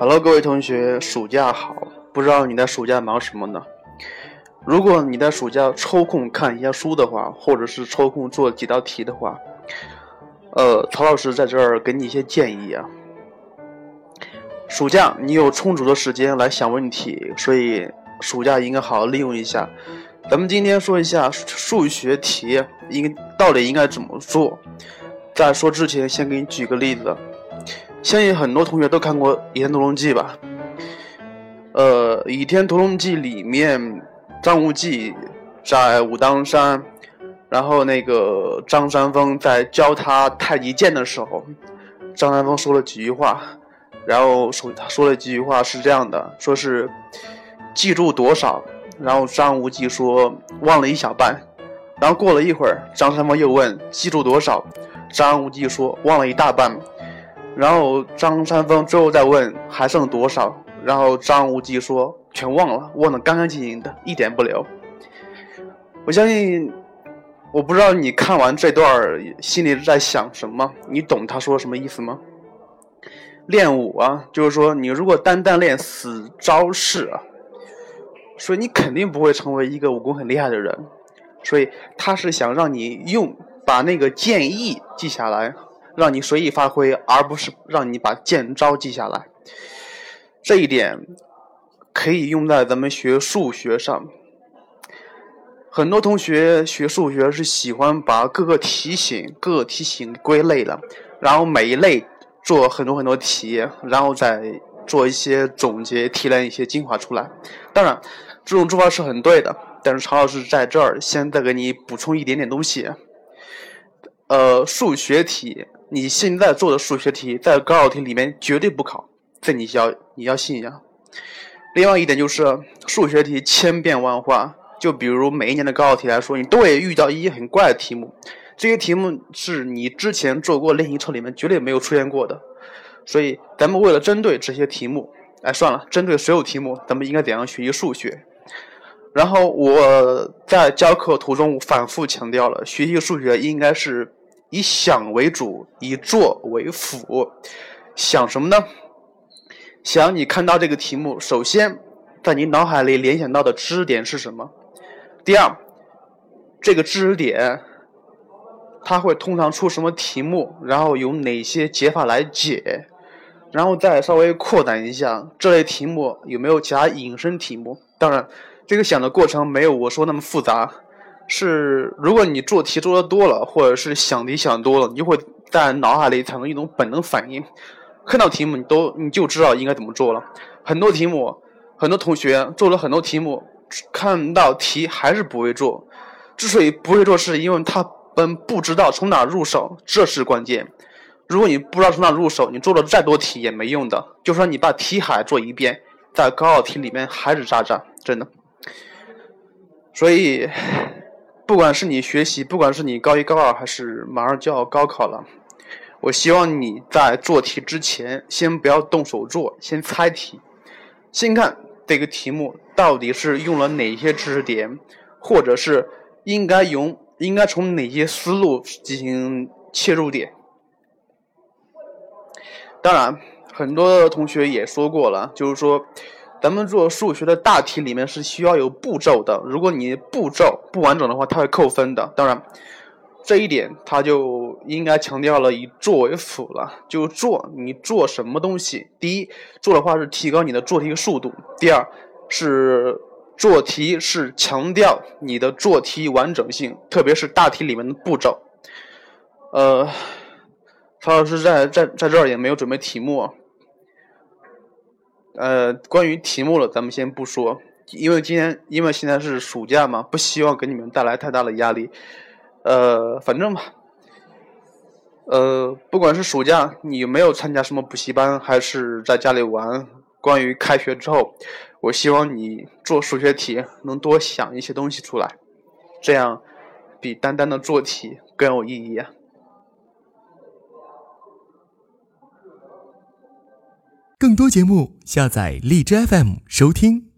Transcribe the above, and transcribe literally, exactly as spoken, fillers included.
Hello， 各位同学，暑假好！不知道你在暑假忙什么呢？如果你在暑假抽空看一下书的话，或者是抽空做几道题的话，呃，曹老师在这儿给你一些建议啊。暑假你有充足的时间来想问题，所以暑假应该好好利用一下。咱们今天说一下数学题应到底应该怎么做。在说之前，先给你举个例子。相信很多同学都看过《倚天屠龙记》吧？呃，《倚天屠龙记》里面，张无忌在武当山，然后那个张三丰在教他太极剑的时候，张三丰说了几句话，然后说他说了几句话是这样的，说是记住多少，然后张无忌说忘了一小半，然后过了一会儿，张三丰又问记住多少，张无忌说忘了一大半。然后张三丰最后再问还剩多少，然后张无忌说全忘了，忘得干干净净的，一点不留。我相信，我不知道你看完这段心里在想什么，你懂他说什么意思吗？练武啊，就是说你如果单单练死招式啊，所以你肯定不会成为一个武功很厉害的人，所以他是想让你用把那个剑意记下来，让你随意发挥，而不是让你把剑招记下来。这一点可以用在咱们学数学上。很多同学学数学是喜欢把各个题型各个题型归类了，然后每一类做很多很多题，然后再做一些总结，提炼一些精华出来。当然这种做法是很对的，但是曹老师在这儿先再给你补充一点点东西。呃，数学题你现在做的数学题在高考题里面绝对不考，这你要你要信呀。另外一点就是数学题千变万化，就比如每一年的高考题来说，你都会遇到一些很怪的题目，这些题目是你之前做过练习册里面绝对没有出现过的。所以咱们为了针对这些题目，哎，算了，针对所有题目咱们应该怎样学习数学。然后我在教课途中反复强调了，学习数学应该是以想为主，以做为辅。想什么呢？想你看到这个题目，首先在你脑海里联想到的知识点是什么？第二，这个知识点它会通常出什么题目，然后有哪些解法来解，然后再稍微扩展一下这类题目有没有其他引申题目。当然这个想的过程没有我说那么复杂，是如果你做题做的多了，或者是想题想多了，你就会在脑海里产生一种本能反应，看到题目你都你就知道应该怎么做了。很多题目很多同学做了很多题目，看到题还是不会做，之所以不会做是因为他本不知道从哪入手，这是关键。如果你不知道从哪入手，你做了再多题也没用的，就说你把题海做一遍，在高考题里面还是渣渣，真的。所以不管是你学习，不管是你高一高二还是马上就要高考了，我希望你在做题之前先不要动手做，先猜题，先看这个题目到底是用了哪些知识点，或者是应该用应该从哪些思路进行切入点。当然很多同学也说过了，就是说咱们做数学的大题里面是需要有步骤的，如果你步骤不完整的话它会扣分的。当然这一点他就应该强调了以做为辅了，就做你做什么东西，第一做的话是提高你的做题速度，第二是做题是强调你的做题完整性，特别是大题里面的步骤。呃曹老师在在在这儿也没有准备题目，呃，关于题目了，咱们先不说，因为今天因为现在是暑假嘛，不希望给你们带来太大的压力。呃，反正吧，呃，不管是暑假你有没有参加什么补习班，还是在家里玩，关于开学之后，我希望你做数学题能多想一些东西出来，这样比单单的做题更有意义啊。 更多节目下载荔枝 F M 收听。